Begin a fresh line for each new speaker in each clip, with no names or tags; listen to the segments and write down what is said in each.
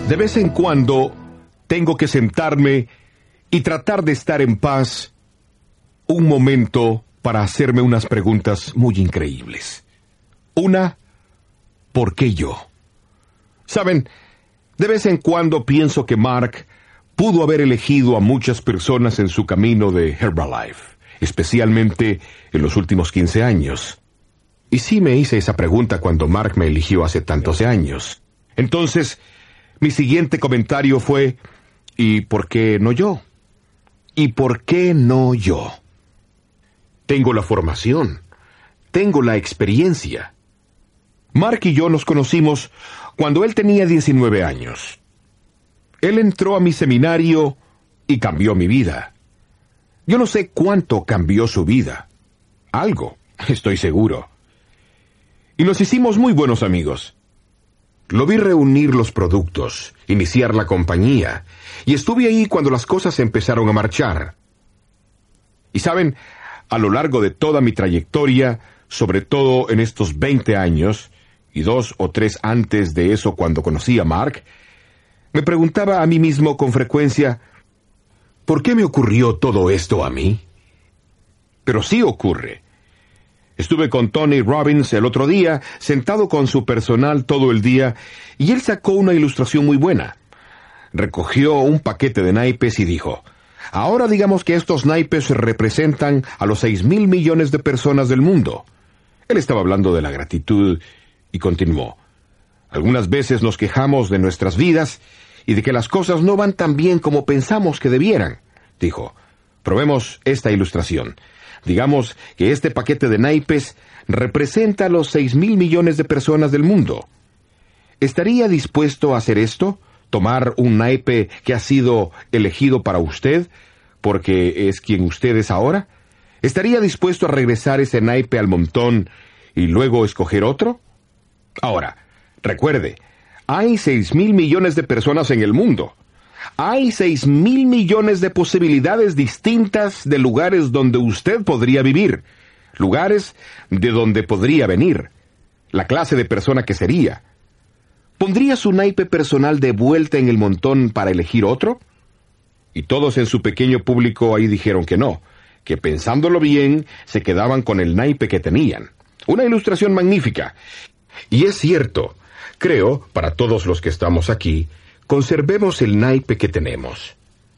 De vez en cuando tengo que sentarme y tratar de estar en paz un momento para hacerme unas preguntas muy increíbles. Una, ¿por qué yo? Saben, de vez en cuando pienso que Mark pudo haber elegido a muchas personas en su camino de Herbalife, especialmente en los últimos 15 años. Y sí me hice esa pregunta cuando Mark me eligió hace tantos años. Entonces, mi siguiente comentario fue, ¿y por qué no yo? ¿Y por qué no yo? Tengo la formación, tengo la experiencia. Mark y yo nos conocimos cuando él tenía 19 años. Él entró a mi seminario y cambió mi vida. Yo no sé cuánto cambió su vida. Algo, estoy seguro. Y nos hicimos muy buenos amigos. Lo vi reunir los productos, iniciar la compañía, y estuve ahí cuando las cosas empezaron a marchar. Y saben, a lo largo de toda mi trayectoria, sobre todo en estos 20 años, y 2 o 3 antes de eso cuando conocí a Mark, me preguntaba a mí mismo con frecuencia, ¿por qué me ocurrió todo esto a mí? Pero sí ocurre. Estuve con Tony Robbins el otro día, sentado con su personal todo el día, y él sacó una ilustración muy buena. Recogió un paquete de naipes y dijo, ahora digamos que estos naipes representan a los 6,000 millones de personas del mundo. Él estaba hablando de la gratitud y continuó. Algunas veces nos quejamos de nuestras vidas y de que las cosas no van tan bien como pensamos que debieran. Dijo, probemos esta ilustración. Digamos que este paquete de naipes representa a los 6,000 millones de personas del mundo. ¿Estaría dispuesto a hacer esto? ¿Tomar un naipe que ha sido elegido para usted, porque es quien usted es ahora? ¿Estaría dispuesto a regresar ese naipe al montón y luego escoger otro? Ahora, recuerde, hay 6,000 millones de personas en el mundo. Hay 6,000 millones de posibilidades distintas de lugares donde usted podría vivir, lugares de donde podría venir, la clase de persona que sería. ¿Pondría su naipe personal de vuelta en el montón para elegir otro? Y todos en su pequeño público ahí dijeron que no, que pensándolo bien, se quedaban con el naipe que tenían. Una ilustración magnífica. Y es cierto, creo, para todos los que estamos aquí, conservemos el naipe que tenemos.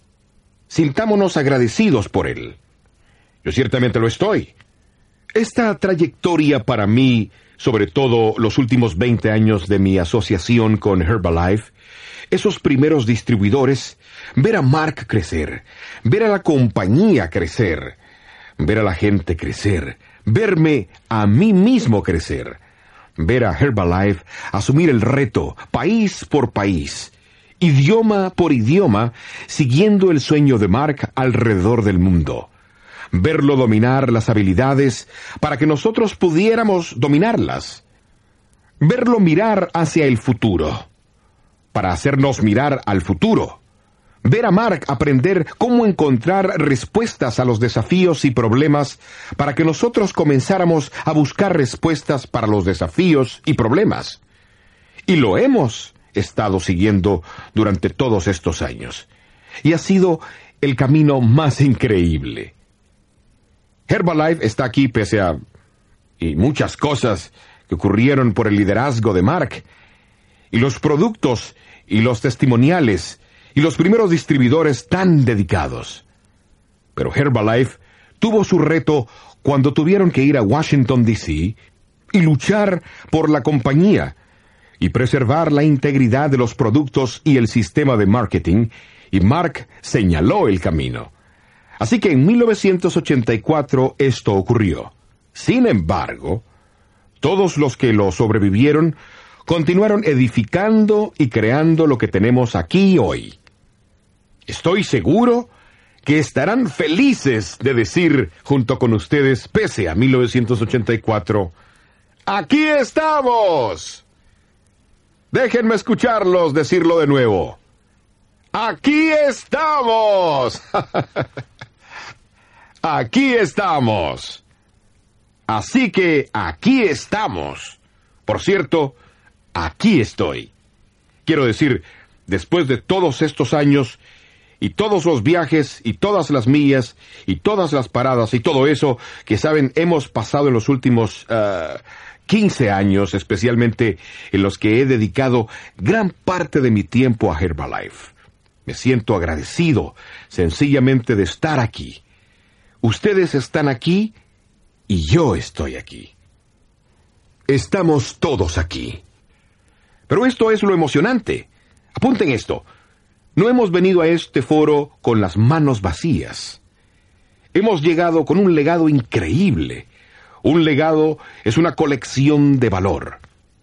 Sintámonos agradecidos por él. Yo ciertamente lo estoy. Esta trayectoria para mí, sobre todo los últimos 20 años de mi asociación con Herbalife, esos primeros distribuidores, ver a Mark crecer, ver a la compañía crecer, ver a la gente crecer, verme a mí mismo crecer, ver a Herbalife asumir el reto, país por país, idioma por idioma, siguiendo el sueño de Mark alrededor del mundo. Verlo dominar las habilidades para que nosotros pudiéramos dominarlas. Verlo mirar hacia el futuro, para hacernos mirar al futuro. Ver a Mark aprender cómo encontrar respuestas a los desafíos y problemas para que nosotros comenzáramos a buscar respuestas para los desafíos y problemas. Y lo hemos estado siguiendo durante todos estos años. Y ha sido el camino más increíble. Herbalife está aquí pese a y muchas cosas que ocurrieron por el liderazgo de Mark, y los productos y los testimoniales y los primeros distribuidores tan dedicados. Pero Herbalife tuvo su reto cuando tuvieron que ir a Washington, D.C. y luchar por la compañía y preservar la integridad de los productos y el sistema de marketing, y Mark señaló el camino. Así que en 1984 esto ocurrió. Sin embargo, todos los que lo sobrevivieron continuaron edificando y creando lo que tenemos aquí hoy. Estoy seguro que estarán felices de decir junto con ustedes, pese a 1984, ¡aquí estamos! Déjenme escucharlos decirlo de nuevo. ¡Aquí estamos! ¡Aquí estamos! Así que aquí estamos. Por cierto, aquí estoy. Quiero decir, después de todos estos años, y todos los viajes, y todas las millas, y todas las paradas, y todo eso que, saben, hemos pasado en los últimos 15 años, especialmente en los que he dedicado gran parte de mi tiempo a Herbalife. Me siento agradecido, sencillamente, de estar aquí. Ustedes están aquí, y yo estoy aquí. Estamos todos aquí. Pero esto es lo emocionante. Apunten esto. No hemos venido a este foro con las manos vacías. Hemos llegado con un legado increíble. Un legado es una colección de valor.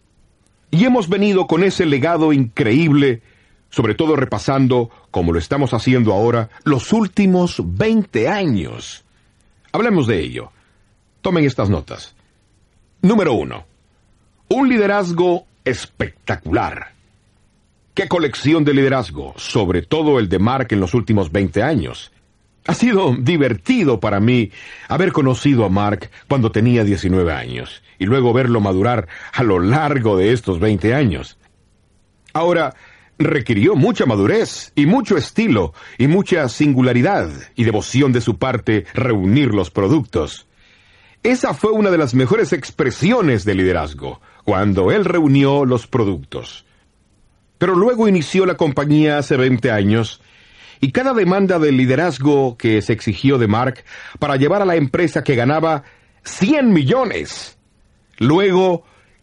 Y hemos venido con ese legado increíble, sobre todo repasando, como lo estamos haciendo ahora, los últimos 20 años. Hablemos de ello. Tomen estas notas. Número 1. Un liderazgo espectacular. ¡Qué colección de liderazgo! Sobre todo el de Mark en los últimos 20 años. Ha sido divertido para mí haber conocido a Mark cuando tenía 19 años y luego verlo madurar a lo largo de estos 20 años. Ahora, requirió mucha madurez y mucho estilo y mucha singularidad y devoción de su parte reunir los productos. Esa fue una de las mejores expresiones de liderazgo, cuando él reunió los productos. Pero luego inició la compañía hace 20 años, y cada demanda de liderazgo que se exigió de Mark para llevar a la empresa que ganaba 100 millones, luego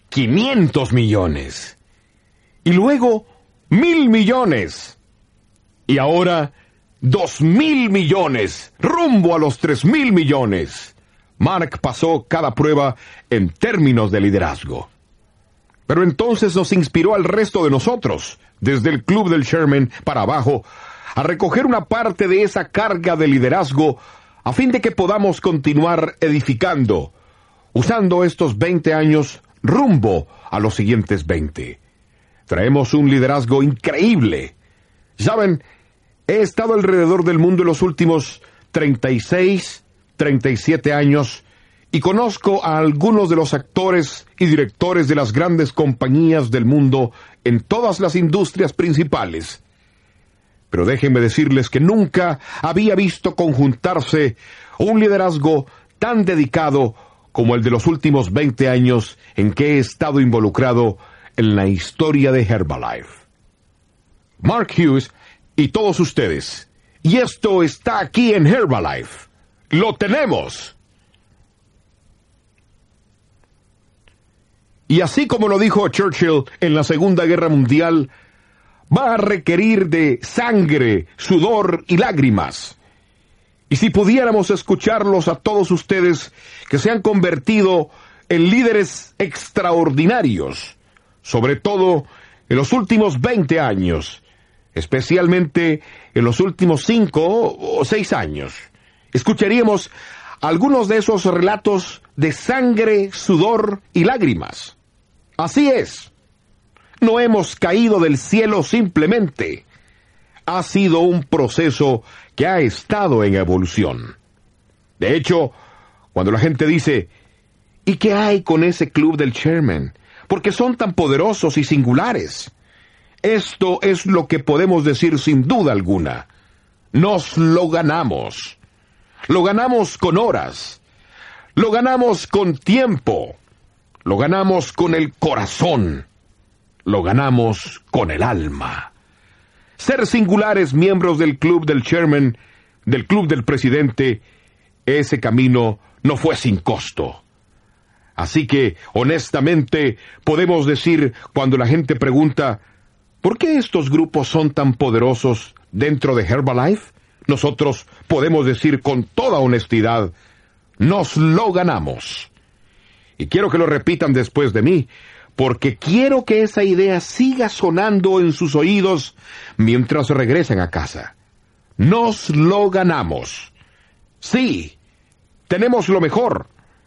500 millones, y luego 1,000 millones, y ahora 2,000 millones, rumbo a los 3,000 millones. Mark pasó cada prueba en términos de liderazgo. Pero entonces nos inspiró al resto de nosotros, desde el Club del Sherman para abajo, a recoger una parte de esa carga de liderazgo a fin de que podamos continuar edificando, usando estos 20 años rumbo a los siguientes 20. Traemos un liderazgo increíble. Saben, he estado alrededor del mundo en los últimos 36, 37 años, y conozco a algunos de los actores y directores de las grandes compañías del mundo en todas las industrias principales. Pero déjenme decirles que nunca había visto conjuntarse un liderazgo tan dedicado como el de los últimos 20 años en que he estado involucrado en la historia de Herbalife. Mark Hughes y todos ustedes. Y esto está aquí en Herbalife. ¡Lo tenemos! Y así como lo dijo Churchill en la Segunda Guerra Mundial, va a requerir de sangre, sudor y lágrimas. Y si pudiéramos escucharlos a todos ustedes que se han convertido en líderes extraordinarios, sobre todo en los últimos 20 años, especialmente en los últimos 5 o 6 años, escucharíamos algunos de esos relatos de sangre, sudor y lágrimas. Así es. No hemos caído del cielo simplemente. Ha sido un proceso que ha estado en evolución. De hecho, cuando la gente dice, ¿y qué hay con ese club del Sherman? Porque son tan poderosos y singulares. Esto es lo que podemos decir sin duda alguna. Nos lo ganamos. Lo ganamos con horas. Lo ganamos con tiempo. Lo ganamos con el corazón. Lo ganamos con el alma. Ser singulares miembros del Club del Sherman, del Club del Presidente, ese camino no fue sin costo. Así que, honestamente, podemos decir cuando la gente pregunta, ¿por qué estos grupos son tan poderosos dentro de Herbalife? Nosotros podemos decir con toda honestidad, nos lo ganamos. Y quiero que lo repitan después de mí, porque quiero que esa idea siga sonando en sus oídos mientras regresen a casa. Nos lo ganamos. Sí, tenemos lo mejor,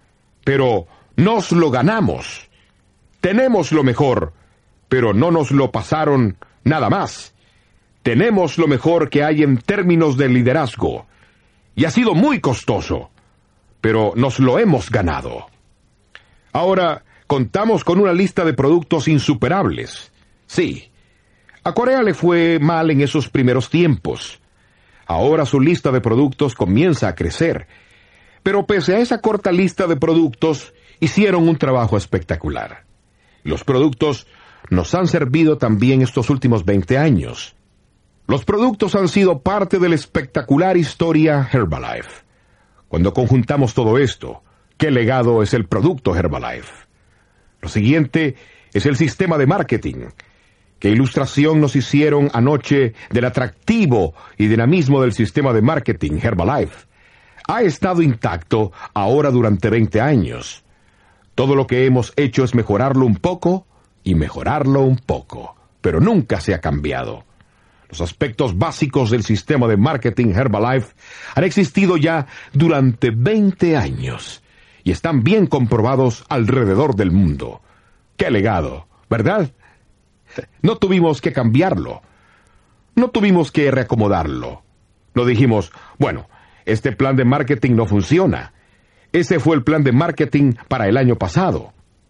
pero nos lo ganamos. Tenemos lo mejor, pero no nos lo pasaron nada más. Tenemos lo mejor que hay en términos de liderazgo, y ha sido muy costoso, pero nos lo hemos ganado. Ahora, contamos con una lista de productos insuperables. Sí, A Corea le fue mal en esos primeros tiempos. Ahora su lista de productos comienza a crecer. Pero pese a esa corta lista de productos, hicieron un trabajo espectacular. Los productos nos han servido también estos últimos 20 años. Los productos han sido parte de la espectacular historia Herbalife. Cuando conjuntamos todo esto, ¿qué legado es el producto Herbalife? Lo siguiente es el sistema de marketing. ¿Qué ilustración nos hicieron anoche del atractivo y dinamismo del sistema de marketing Herbalife? Ha estado intacto ahora durante 20 años. Todo lo que hemos hecho es mejorarlo un poco y mejorarlo un poco, pero nunca se ha cambiado. Los aspectos básicos del sistema de marketing Herbalife han existido ya durante 20 años y están bien comprobados alrededor del mundo. ¡Qué legado!, ¿verdad? No tuvimos que cambiarlo. No tuvimos que reacomodarlo. No dijimos, bueno, este plan de marketing no funciona. Ese fue el plan de marketing para el año pasado.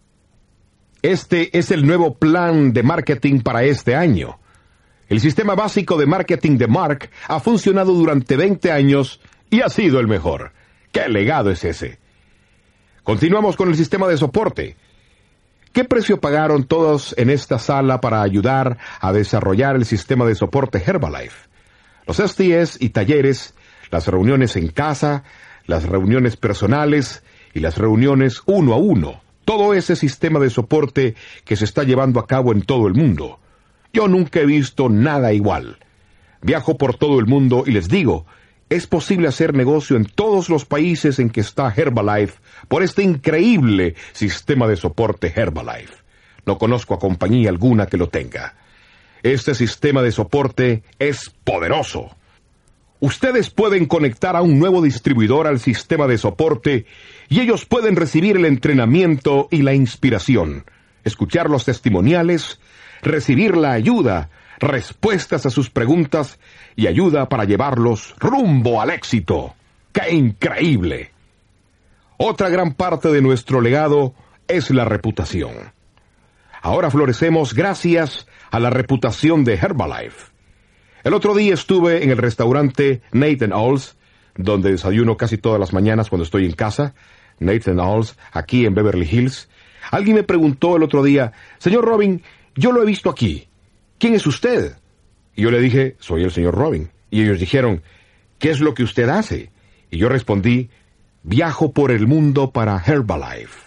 Este es el nuevo plan de marketing para este año. El sistema básico de marketing de Mark ha funcionado durante 20 años y ha sido el mejor. ¿Qué legado es ese? Continuamos con el sistema de soporte. ¿Qué precio pagaron todos en esta sala para ayudar a desarrollar el sistema de soporte Herbalife? Los STS y talleres, las reuniones en casa, las reuniones personales y las reuniones uno a uno. Todo ese sistema de soporte que se está llevando a cabo en todo el mundo. Yo nunca he visto nada igual. Viajo por todo el mundo y les digo, es posible hacer negocio en todos los países en que está Herbalife por este increíble sistema de soporte Herbalife. No conozco a compañía alguna que lo tenga. Este sistema de soporte es poderoso. Ustedes pueden conectar a un nuevo distribuidor al sistema de soporte y ellos pueden recibir el entrenamiento y la inspiración, escuchar los testimoniales, recibir la ayuda, respuestas a sus preguntas y ayuda para llevarlos rumbo al éxito. ¡Qué increíble! Otra gran parte de nuestro legado es la reputación. Ahora florecemos gracias a la reputación de Herbalife. El otro día estuve en el restaurante Nathan Alls, donde desayuno casi todas las mañanas cuando estoy en casa, Nathan Alls, aquí en Beverly Hills. Alguien me preguntó el otro día, señor Robin, yo lo he visto aquí. ¿Quién es usted? Y yo le dije, soy el señor Robin. Y ellos dijeron, ¿qué es lo que usted hace? Y yo respondí, viajo por el mundo para Herbalife.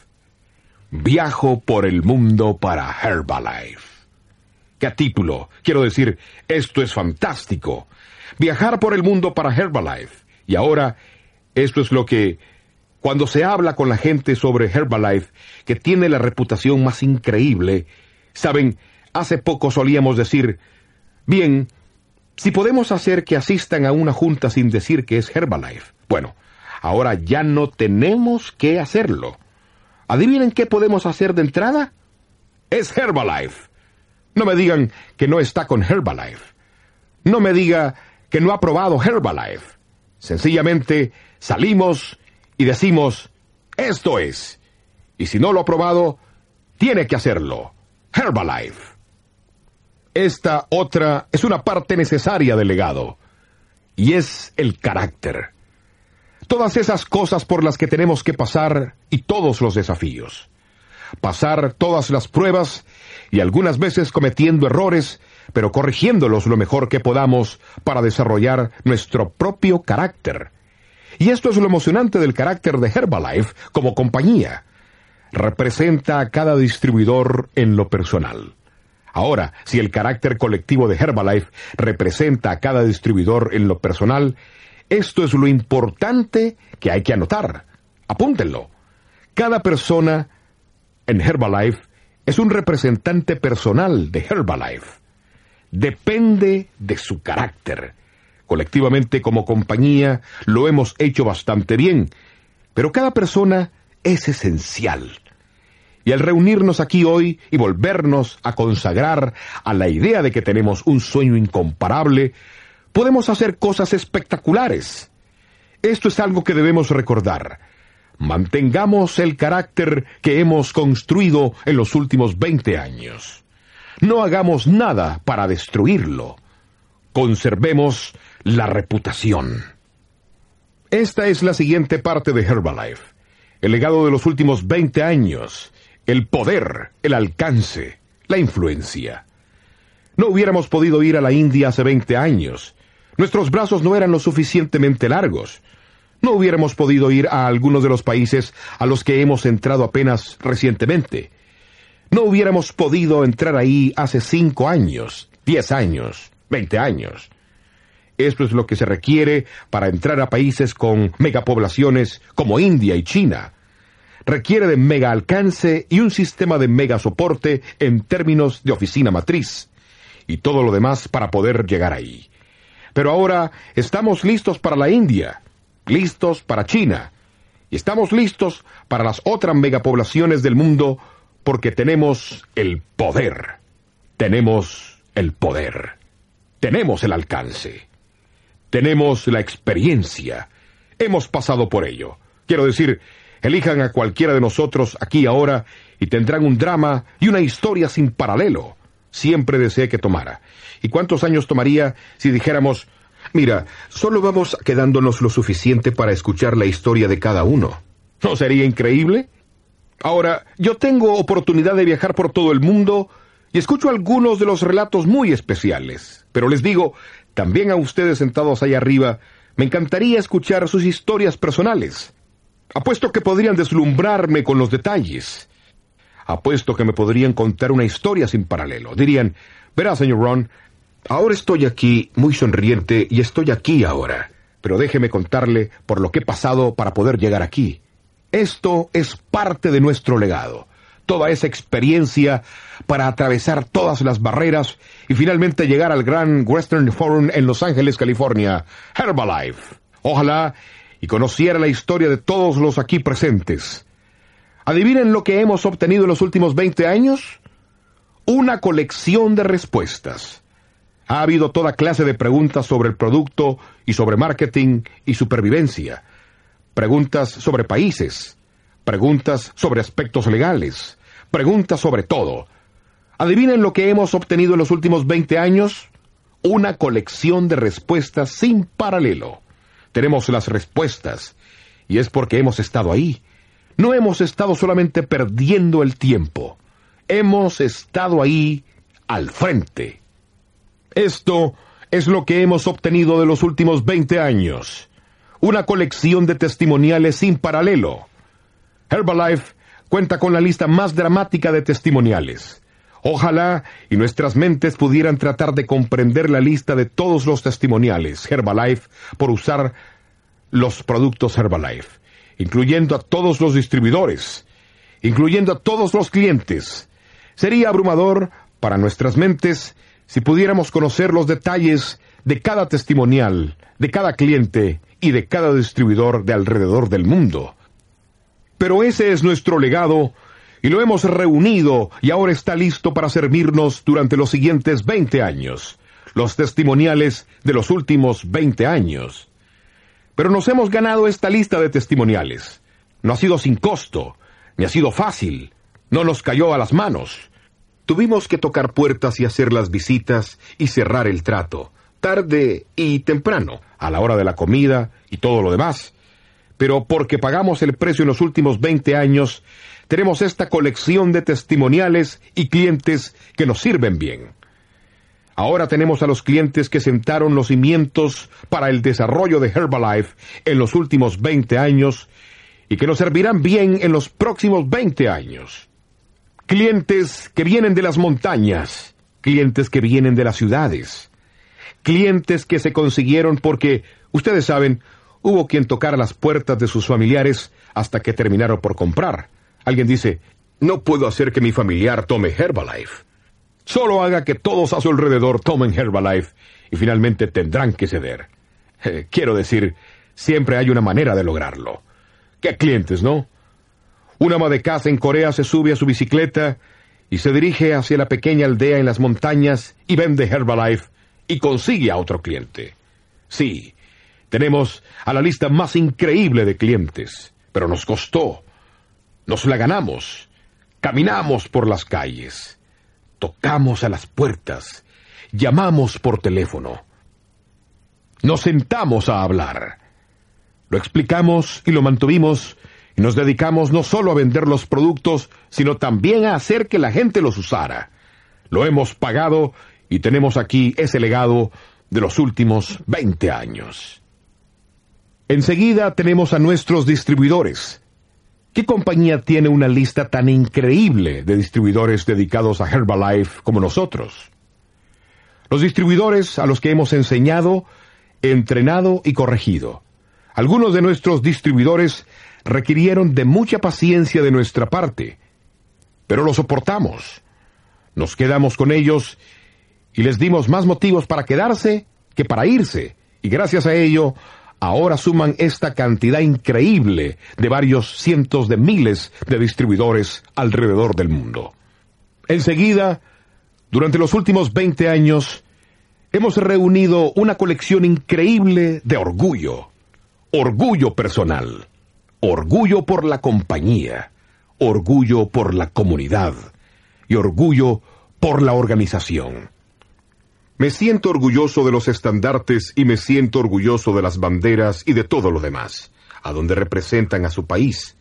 Viajo por el mundo para Herbalife. ¿Qué título? Quiero decir, esto es fantástico. Viajar por el mundo para Herbalife. Y ahora, esto es lo que, cuando se habla con la gente sobre Herbalife, que tiene la reputación más increíble, saben, hace poco solíamos decir, bien, si podemos hacer que asistan a una junta sin decir que es Herbalife. Bueno, ahora ya no tenemos que hacerlo. ¿Adivinen qué podemos hacer de entrada? Es Herbalife. No me digan que no está con Herbalife. No me diga que no ha probado Herbalife. Sencillamente salimos y decimos, esto es. Y si no lo ha probado, tiene que hacerlo. Herbalife. Esta otra es una parte necesaria del legado, y es el carácter. Todas esas cosas por las que tenemos que pasar y todos los desafíos. Pasar todas las pruebas y algunas veces cometiendo errores, pero corrigiéndolos lo mejor que podamos para desarrollar nuestro propio carácter. Y esto es lo emocionante del carácter de Herbalife como compañía. Representa a cada distribuidor en lo personal. Ahora, si el carácter colectivo de Herbalife representa a cada distribuidor en lo personal, esto es lo importante que hay que anotar. Apúntenlo. Cada persona en Herbalife es un representante personal de Herbalife. Depende de su carácter. Colectivamente como compañía lo hemos hecho bastante bien, pero cada persona es esencial. Y al reunirnos aquí hoy y volvernos a consagrar a la idea de que tenemos un sueño incomparable, podemos hacer cosas espectaculares. Esto es algo que debemos recordar. Mantengamos el carácter que hemos construido en los últimos 20 años. no hagamos nada para destruirlo. Conservemos la reputación. Esta es la siguiente parte de Herbalife. El legado de los últimos 20 años. El poder, el alcance, la influencia. No hubiéramos podido ir a la India hace 20 años. Nuestros brazos no eran lo suficientemente largos. No hubiéramos podido ir a algunos de los países a los que hemos entrado apenas recientemente. No hubiéramos podido entrar ahí hace 5 años, 10 años, 20 años. Esto es lo que se requiere para entrar a países con megapoblaciones como India y China. Requiere de mega alcance y un sistema de mega soporte en términos de oficina matriz, y todo lo demás para poder llegar ahí. Pero ahora estamos listos para la India, listos para China, y estamos listos para las otras megapoblaciones del mundo porque tenemos el poder. Tenemos el poder. Tenemos el alcance. Tenemos la experiencia. Hemos pasado por ello. Quiero decir, elijan a cualquiera de nosotros aquí ahora y tendrán un drama y una historia sin paralelo. Siempre deseé que tomara. ¿Y cuántos años tomaría si dijéramos, mira, solo vamos quedándonos lo suficiente para escuchar la historia de cada uno? ¿No sería increíble? Ahora, yo tengo oportunidad de viajar por todo el mundo y escucho algunos de los relatos muy especiales. Pero les digo, también a ustedes sentados ahí arriba, me encantaría escuchar sus historias personales. Apuesto que podrían deslumbrarme con los detalles. Apuesto que me podrían contar una historia sin paralelo. Dirían, verá, señor Ron, ahora estoy aquí muy sonriente y estoy aquí ahora. Pero déjeme contarle por lo que he pasado para poder llegar aquí. Esto es parte de nuestro legado. Toda esa experiencia para atravesar todas las barreras y finalmente llegar al Gran Western Forum en Los Ángeles, California. Herbalife. Ojalá y conociera la historia de todos los aquí presentes. ¿Adivinen lo que hemos obtenido en los últimos 20 años? Una colección de respuestas. Ha habido toda clase de preguntas sobre el producto y sobre marketing y supervivencia. Preguntas sobre países. Preguntas sobre aspectos legales. Preguntas sobre todo. ¿Adivinen lo que hemos obtenido en los últimos 20 años? Una colección de respuestas sin paralelo. Tenemos las respuestas, y es porque hemos estado ahí. No hemos estado solamente perdiendo el tiempo. Hemos estado ahí al frente. Esto es lo que hemos obtenido de los últimos 20 años. Una colección de testimoniales sin paralelo. Herbalife cuenta con la lista más dramática de testimoniales. Ojalá y nuestras mentes pudieran tratar de comprender la lista de todos los testimoniales Herbalife por usar los productos Herbalife, incluyendo a todos los distribuidores, incluyendo a todos los clientes. Sería abrumador para nuestras mentes si pudiéramos conocer los detalles de cada testimonial, de cada cliente y de cada distribuidor de alrededor del mundo. Pero ese es nuestro legado, y lo hemos reunido y ahora está listo para servirnos durante los siguientes 20 años, los testimoniales de los últimos 20 años. Pero nos hemos ganado esta lista de testimoniales. No ha sido sin costo, ni ha sido fácil, no nos cayó a las manos. Tuvimos que tocar puertas y hacer las visitas y cerrar el trato, tarde y temprano, a la hora de la comida y todo lo demás. Pero porque pagamos el precio en los últimos 20 años, tenemos esta colección de testimoniales y clientes que nos sirven bien. Ahora tenemos a los clientes que sentaron los cimientos para el desarrollo de Herbalife en los últimos 20 años y que nos servirán bien en los próximos 20 años. Clientes que vienen de las montañas, clientes que vienen de las ciudades, clientes que se consiguieron porque, ustedes saben, hubo quien tocara las puertas de sus familiares hasta que terminaron por comprar. Alguien dice, no puedo hacer que mi familiar tome Herbalife. Solo haga que todos a su alrededor tomen Herbalife y finalmente tendrán que ceder. Quiero decir, siempre hay una manera de lograrlo. ¿Qué clientes, no? Una ama de casa en Corea se sube a su bicicleta y se dirige hacia la pequeña aldea en las montañas y vende Herbalife y consigue a otro cliente. Sí, tenemos a la lista más increíble de clientes, pero nos costó. Nos la ganamos. Caminamos por las calles. Tocamos a las puertas, llamamos por teléfono. Nos sentamos a hablar. Lo explicamos y lo mantuvimos, y nos dedicamos no solo a vender los productos, sino también a hacer que la gente los usara. Lo hemos pagado y tenemos aquí ese legado de los últimos 20 años. Enseguida tenemos a nuestros distribuidores. ¿Qué compañía tiene una lista tan increíble de distribuidores dedicados a Herbalife como nosotros? Los distribuidores a los que hemos enseñado, entrenado y corregido. Algunos de nuestros distribuidores requirieron de mucha paciencia de nuestra parte, pero lo soportamos. Nos quedamos con ellos y les dimos más motivos para quedarse que para irse, y gracias a ello, ahora suman esta cantidad increíble de varios cientos de miles de distribuidores alrededor del mundo. Enseguida, durante los últimos 20 años, hemos reunido una colección increíble de orgullo. Orgullo personal, orgullo por la compañía, orgullo por la comunidad y orgullo por la organización. Me siento orgulloso de los estandartes y me siento orgulloso de las banderas y de todo lo demás, a donde representan a su país,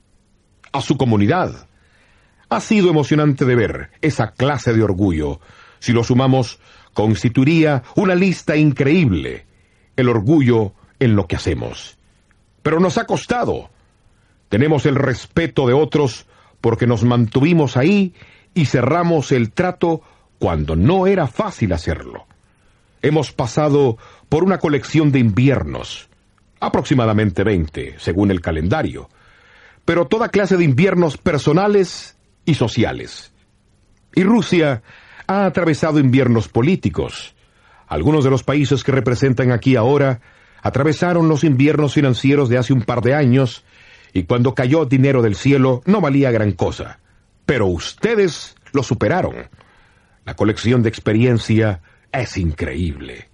a su comunidad. Ha sido emocionante de ver esa clase de orgullo. Si lo sumamos, constituiría una lista increíble. El orgullo en lo que hacemos. Pero nos ha costado. Tenemos el respeto de otros porque nos mantuvimos ahí y cerramos el trato cuando no era fácil hacerlo. Hemos pasado por una colección de inviernos, aproximadamente 20, según el calendario, pero toda clase de inviernos personales y sociales. Y Rusia ha atravesado inviernos políticos. Algunos de los países que representan aquí ahora atravesaron los inviernos financieros de hace un par de años, y cuando cayó dinero del cielo no valía gran cosa. Pero ustedes lo superaron. La colección de experiencia es increíble.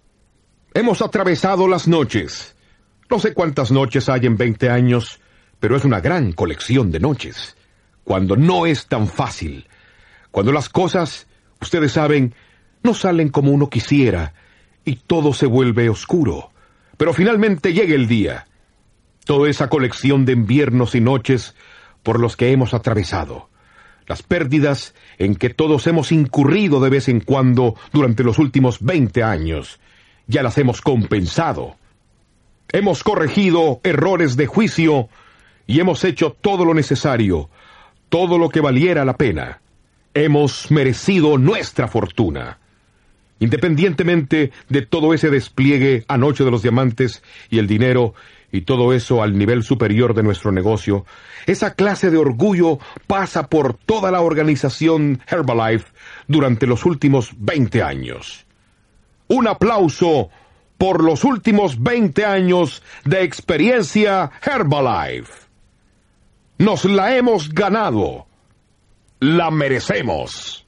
Hemos atravesado las noches. No sé cuántas noches hay en 20 años, pero es una gran colección de noches. Cuando no es tan fácil. Cuando las cosas, ustedes saben, no salen como uno quisiera, y todo se vuelve oscuro. Pero finalmente llega el día. Toda esa colección de inviernos y noches por los que hemos atravesado. Las pérdidas en que todos hemos incurrido de vez en cuando durante los últimos 20 años, ya las hemos compensado. Hemos corregido errores de juicio y hemos hecho todo lo necesario, todo lo que valiera la pena. Hemos merecido nuestra fortuna. Independientemente de todo ese despliegue anoche de los diamantes y el dinero y todo eso al nivel superior de nuestro negocio, esa clase de orgullo pasa por toda la organización Herbalife durante los últimos 20 años. Un aplauso por los últimos 20 años de experiencia Herbalife. Nos la hemos ganado. La merecemos.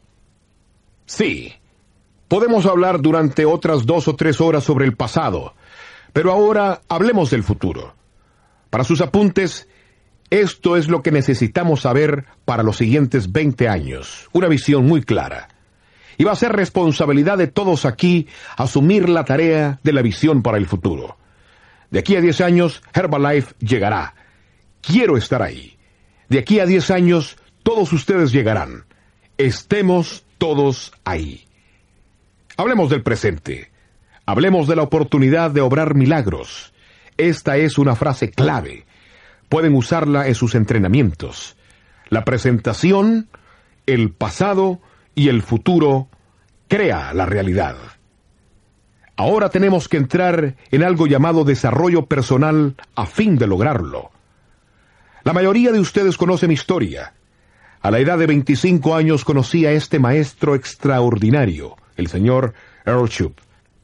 Sí. Podemos hablar durante otras 2 o 3 horas sobre el pasado, pero ahora hablemos del futuro. Para sus apuntes, esto es lo que necesitamos saber para los siguientes 20 años, una visión muy clara. Y va a ser responsabilidad de todos aquí asumir la tarea de la visión para el futuro. De aquí a 10 años, Herbalife llegará. Quiero estar ahí. De aquí a 10 años, todos ustedes llegarán. Estemos todos ahí. Hablemos del presente. Hablemos de la oportunidad de obrar milagros. Esta es una frase clave. Pueden usarla en sus entrenamientos. La presentación, el pasado y el futuro crea la realidad. Ahora tenemos que entrar en algo llamado desarrollo personal a fin de lograrlo. La mayoría de ustedes conoce mi historia. A la edad de 25 años conocí a este maestro extraordinario, el señor Earl Shoup.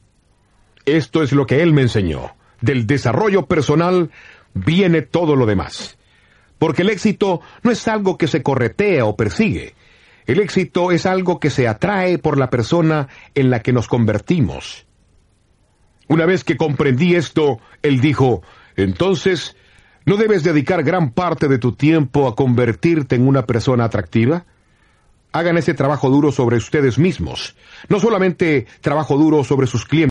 Esto es lo que él me enseñó. Del desarrollo personal viene todo lo demás. Porque el éxito no es algo que se corretea o persigue. El éxito es algo que se atrae por la persona en la que nos convertimos. Una vez que comprendí esto, él dijo, entonces, ¿no debes dedicar gran parte de tu tiempo a convertirte en una persona atractiva? Hagan ese trabajo duro sobre ustedes mismos. No solamente trabajo duro sobre sus clientes,